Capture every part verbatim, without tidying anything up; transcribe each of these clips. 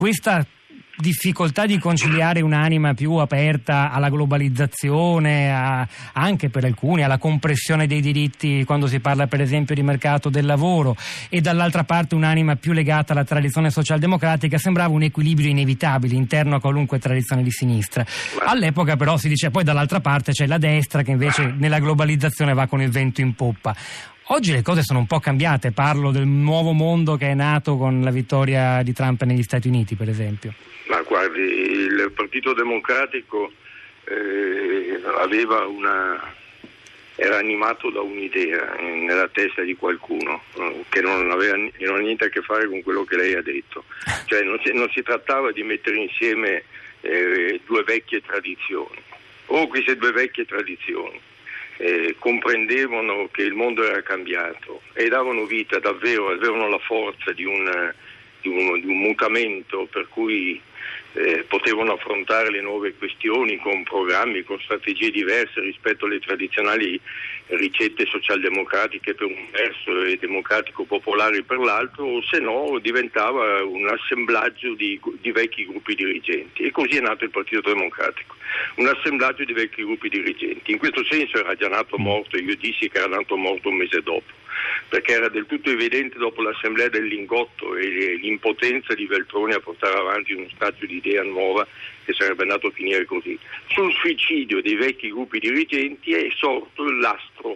questa difficoltà di conciliare un'anima più aperta alla globalizzazione, a, anche per alcuni alla compressione dei diritti quando si parla per esempio di mercato del lavoro, e dall'altra parte un'anima più legata alla tradizione socialdemocratica, sembrava un equilibrio inevitabile interno a qualunque tradizione di sinistra. All'epoca però si dice poi dall'altra parte c'è la destra che invece nella globalizzazione va con il vento in poppa. Oggi le cose sono un po' cambiate, parlo del nuovo mondo che è nato con la vittoria di Trump negli Stati Uniti, per esempio. Ma guardi, il Partito Democratico eh, aveva una era animato da un'idea nella testa di qualcuno eh, che non aveva, non aveva niente a che fare con quello che lei ha detto. Cioè non si, non si trattava di mettere insieme eh, due vecchie tradizioni, o queste due vecchie tradizioni Eh, comprendevano che il mondo era cambiato e davano vita davvero, avevano la forza di un, di un, di un mutamento per cui eh, potevano affrontare le nuove questioni con programmi, con strategie diverse rispetto alle tradizionali ricette socialdemocratiche per un verso e democratico-popolari per l'altro, o se no diventava un assemblaggio di, di vecchi gruppi dirigenti, e così è nato il Partito Democratico, un assemblaggio di vecchi gruppi dirigenti. In questo senso era già nato morto, io dissi che era nato morto un mese dopo, perché era del tutto evidente dopo l'assemblea del Lingotto e l'impotenza di Veltroni a portare avanti uno staccio di idea nuova che sarebbe andato a finire così. Sul suicidio dei vecchi gruppi dirigenti è sorto il lastro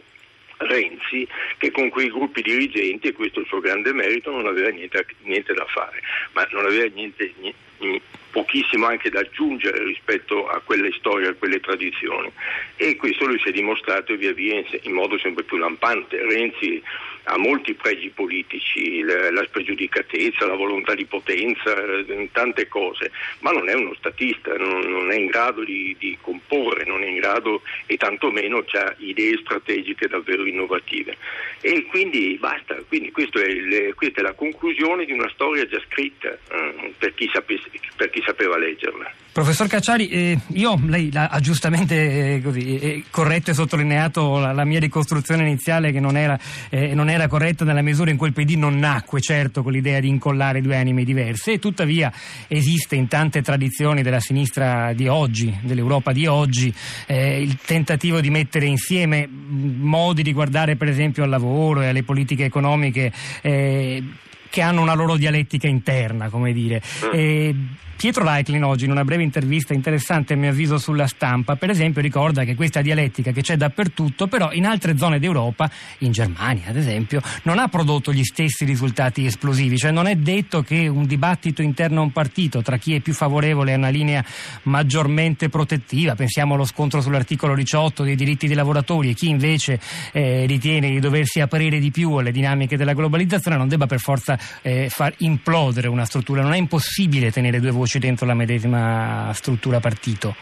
Renzi, che con quei gruppi dirigenti, e questo è il suo grande merito, non aveva niente, niente da fare, ma non aveva niente, niente, pochissimo anche da aggiungere rispetto a quelle storie, a quelle tradizioni, e questo lui si è dimostrato via via in, in modo sempre più lampante. Renzi ha molti pregi politici, la, la spregiudicatezza, la volontà di potenza, tante cose, ma non è uno statista, non, non è in grado di, di comporre, non è in grado, e tantomeno ha idee strategiche davvero innovative, e quindi basta. Quindi questo è il, questa è la conclusione di una storia già scritta eh, per chi sapesse, per chi sapeva leggerla. Professor Cacciari, eh, io lei ha giustamente eh, così, eh, corretto e sottolineato la, la mia ricostruzione iniziale, che non era, eh, non era corretta nella misura in cui il P D non nacque certo con l'idea di incollare due anime diverse, e tuttavia esiste in tante tradizioni della sinistra di oggi, dell'Europa di oggi, eh, il tentativo di mettere insieme modi di guardare per esempio al lavoro e alle politiche economiche eh, che hanno una loro dialettica interna, come dire. E Pietro Reiklin oggi, in una breve intervista interessante a mio avviso sulla Stampa, per esempio ricorda che questa dialettica che c'è dappertutto, però in altre zone d'Europa, in Germania ad esempio, non ha prodotto gli stessi risultati esplosivi. Cioè non è detto che un dibattito interno a un partito tra chi è più favorevole a una linea maggiormente protettiva, pensiamo allo scontro sull'articolo diciotto dei diritti dei lavoratori, e chi invece eh, ritiene di doversi aprire di più alle dinamiche della globalizzazione, non debba per forza eh, far implodere una struttura. Non è impossibile tenere due voci dentro la medesima struttura partito.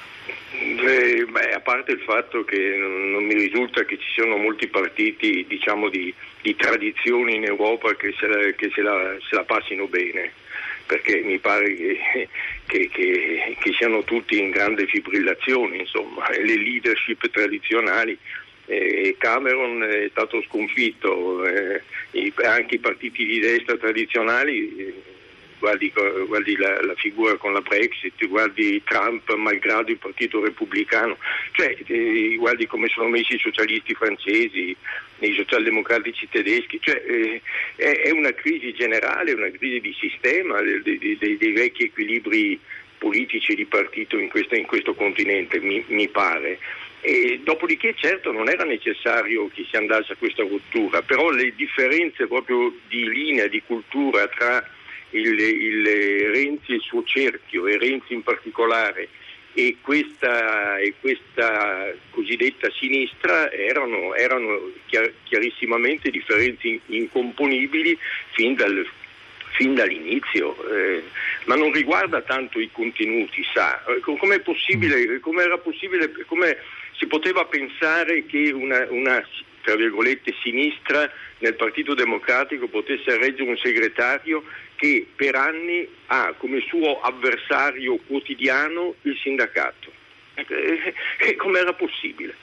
Eh, beh, a parte il fatto che non, non mi risulta che ci siano molti partiti, diciamo, di, di tradizioni in Europa che se la, che se la, se la passino bene, perché mi pare che, che, che, che siano tutti in grande fibrillazione, insomma, e le leadership tradizionali. Eh, Cameron è stato sconfitto, eh, anche i partiti di destra tradizionali. Eh, Guardi, guardi la, la figura con la Brexit, guardi Trump malgrado il Partito Repubblicano, cioè eh, guardi come sono messi i socialisti francesi, i socialdemocratici tedeschi, cioè eh, è, è una crisi generale, una crisi di sistema dei, dei, dei, dei vecchi equilibri politici di partito in questo, in questo continente, mi, mi pare. E dopodiché certo non era necessario che si andasse a questa rottura, però le differenze proprio di linea, di cultura tra Il, il Renzi e il suo cerchio, e Renzi in particolare, e questa, e questa cosiddetta sinistra erano, erano chiar, chiarissimamente differenze incomponibili fin, dal, fin dall'inizio, eh, ma non riguarda tanto i contenuti, sa, com'è possibile, come era possibile, come si poteva pensare che una, una tra virgolette sinistra nel Partito Democratico potesse reggere un segretario che per anni ha come suo avversario quotidiano il sindacato. E, e com'era possibile?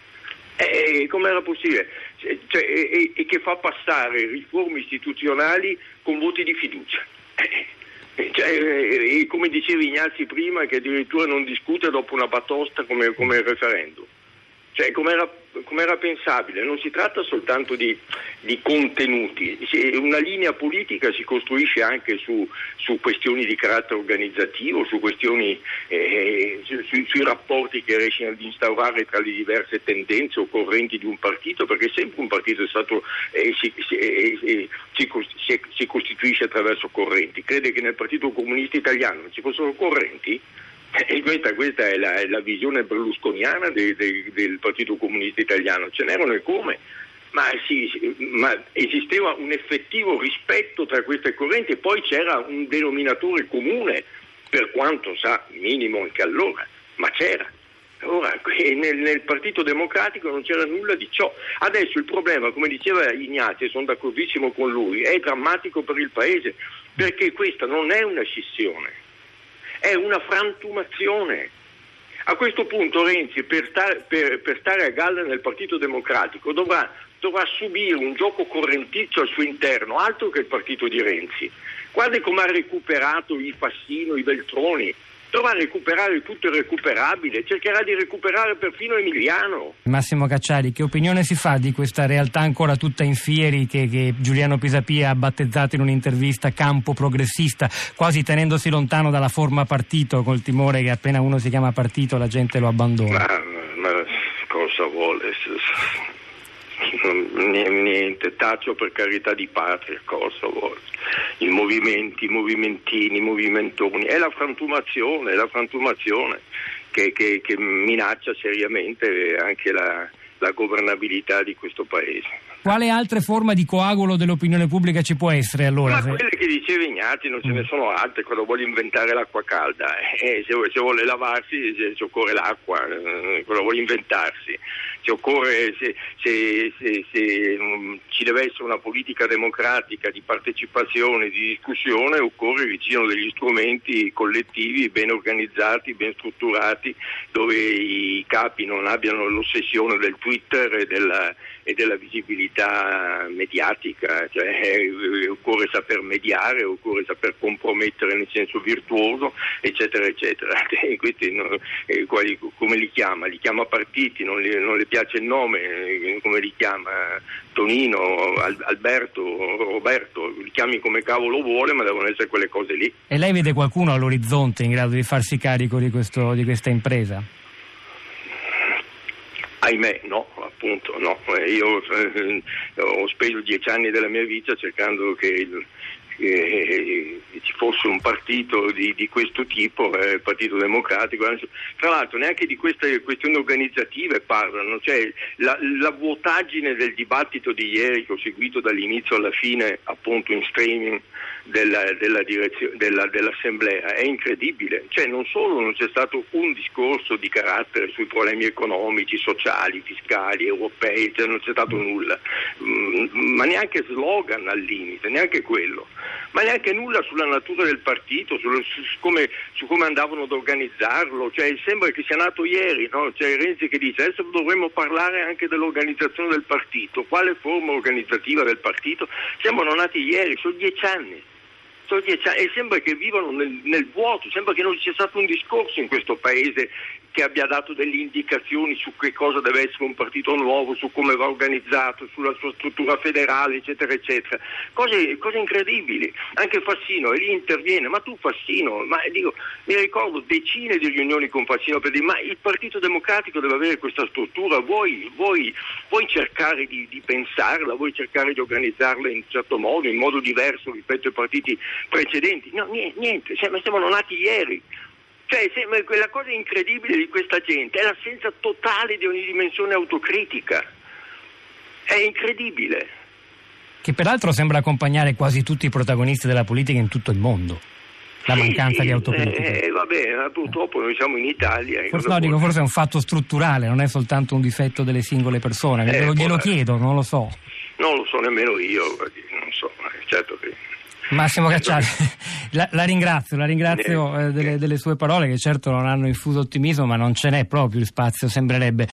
E com'era possibile? Cioè, e, e che fa passare riforme istituzionali con voti di fiducia. E, Cioè, come diceva Ignazzi prima, che addirittura non discute dopo una batosta come, come il referendum. Cioè, com'era, com'era pensabile? Non si tratta soltanto di, di contenuti, una linea politica si costruisce anche su, su questioni di carattere organizzativo, su questioni, eh, su, sui rapporti che riescono ad instaurare tra le diverse tendenze o correnti di un partito, perché sempre un partito è stato, eh, si, si, eh, eh, si, si, si costituisce attraverso correnti. Crede che nel Partito Comunista Italiano non ci fossero correnti? E questa, questa è, la, è la visione berlusconiana de, de, del Partito Comunista Italiano. Ce n'erano e come, ma, sì, ma esisteva un effettivo rispetto tra queste correnti e poi c'era un denominatore comune, per quanto sa minimo anche allora, ma c'era. Ora, nel, nel Partito Democratico non c'era nulla di ciò. Adesso il problema, come diceva Ignazio, e sono d'accordissimo con lui, è drammatico per il Paese, perché questa non è una scissione, è una frantumazione. A questo punto Renzi, per stare, per, per stare a galla nel Partito Democratico, dovrà, dovrà subire un gioco correnticcio al suo interno, altro che il partito di Renzi. Guardi come ha recuperato i Fassino, i Veltroni. Dovrà recuperare tutto il recuperabile, cercherà di recuperare perfino Emiliano. Massimo Cacciari, che opinione si fa di questa realtà ancora tutta in fieri che, che Giuliano Pisapia ha battezzato in un'intervista campo progressista, quasi tenendosi lontano dalla forma partito, col timore che appena uno si chiama partito la gente lo abbandona? Ma, ma cosa vuole? Niente, taccio per carità di patria, cosa vuole? I movimenti, i movimentini, i movimentoni, è la frantumazione, è la frantumazione che, che, che minaccia seriamente anche la, la governabilità di questo Paese. Quale altre forma di coagulo dell'opinione pubblica ci può essere allora? Ma quelle che diceva Ignazio, non ce ne sono altre. Quando vuole inventare l'acqua calda, eh, se, se vuole lavarsi se, se occorre l'acqua, eh, quello vuole inventarsi. Se occorre, se, se, se, se um, ci deve essere una politica democratica di partecipazione, di discussione, occorre che ci siano degli strumenti collettivi ben organizzati, ben strutturati, dove i capi non abbiano l'ossessione del Twitter e della, e della visibilità mediatica. Cioè, eh, occorre saper mediare, occorre saper compromettere nel senso virtuoso, eccetera, eccetera. E questi, no, eh, quali, come li chiama? Li chiama partiti, non, li, non le piace il nome, eh, come li chiama? Tonino, Al, Alberto, Roberto, li chiami come cavolo vuole, ma devono essere quelle cose lì. E lei vede qualcuno all'orizzonte in grado di farsi carico di, questo, di questa impresa? Ahimè no, appunto no. Io eh, ho speso dieci anni della mia vita cercando che il che ci fosse un partito di, di questo tipo, eh, il Partito Democratico. Tra l'altro neanche di queste questioni organizzative parlano, cioè la, la vuotaggine del dibattito di ieri che ho seguito dall'inizio alla fine appunto in streaming della, della direzione, della, dell'assemblea è incredibile, cioè non solo non c'è stato un discorso di carattere sui problemi economici, sociali, fiscali, europei, cioè non c'è stato nulla, mm, ma neanche slogan al limite, neanche quello. Ma neanche nulla sulla natura del partito, su, su, su, come, su come andavano ad organizzarlo, cioè sembra che sia nato ieri, no? C'è Renzi che dice adesso dovremmo parlare anche dell'organizzazione del partito, quale forma organizzativa del partito? Sembrano nati ieri, sono dieci anni. Sono dieci anni e sembra che vivano nel, nel vuoto, sembra che non ci sia stato un discorso in questo Paese che abbia dato delle indicazioni su che cosa deve essere un partito nuovo, su come va organizzato, sulla sua struttura federale, eccetera, eccetera. Cose, cose incredibili. Anche Fassino, e lì interviene, ma tu Fassino, ma dico, mi ricordo decine di riunioni con Fassino per dire, ma il Partito Democratico deve avere questa struttura, vuoi, vuoi, vuoi cercare di, di pensarla, vuoi cercare di organizzarla in un certo modo, in modo diverso rispetto ai partiti precedenti? No, niente, niente, siamo nati ieri. Cioè, la cosa incredibile di questa gente è l'assenza totale di ogni dimensione autocritica. È incredibile. Che peraltro sembra accompagnare quasi tutti i protagonisti della politica in tutto il mondo. La sì, mancanza sì, di autocritica. Eh, vabbè, ma purtroppo noi siamo in Italia. Forse, no, dico, forse è un fatto strutturale, non è soltanto un difetto delle singole persone. Eh, glielo, glielo chiedo, non lo so. Non lo so nemmeno io, non so, certo che... Massimo Cacciari, la, la ringrazio, la ringrazio eh, delle, delle sue parole che certo non hanno infuso ottimismo, ma non ce n'è proprio il spazio, sembrerebbe.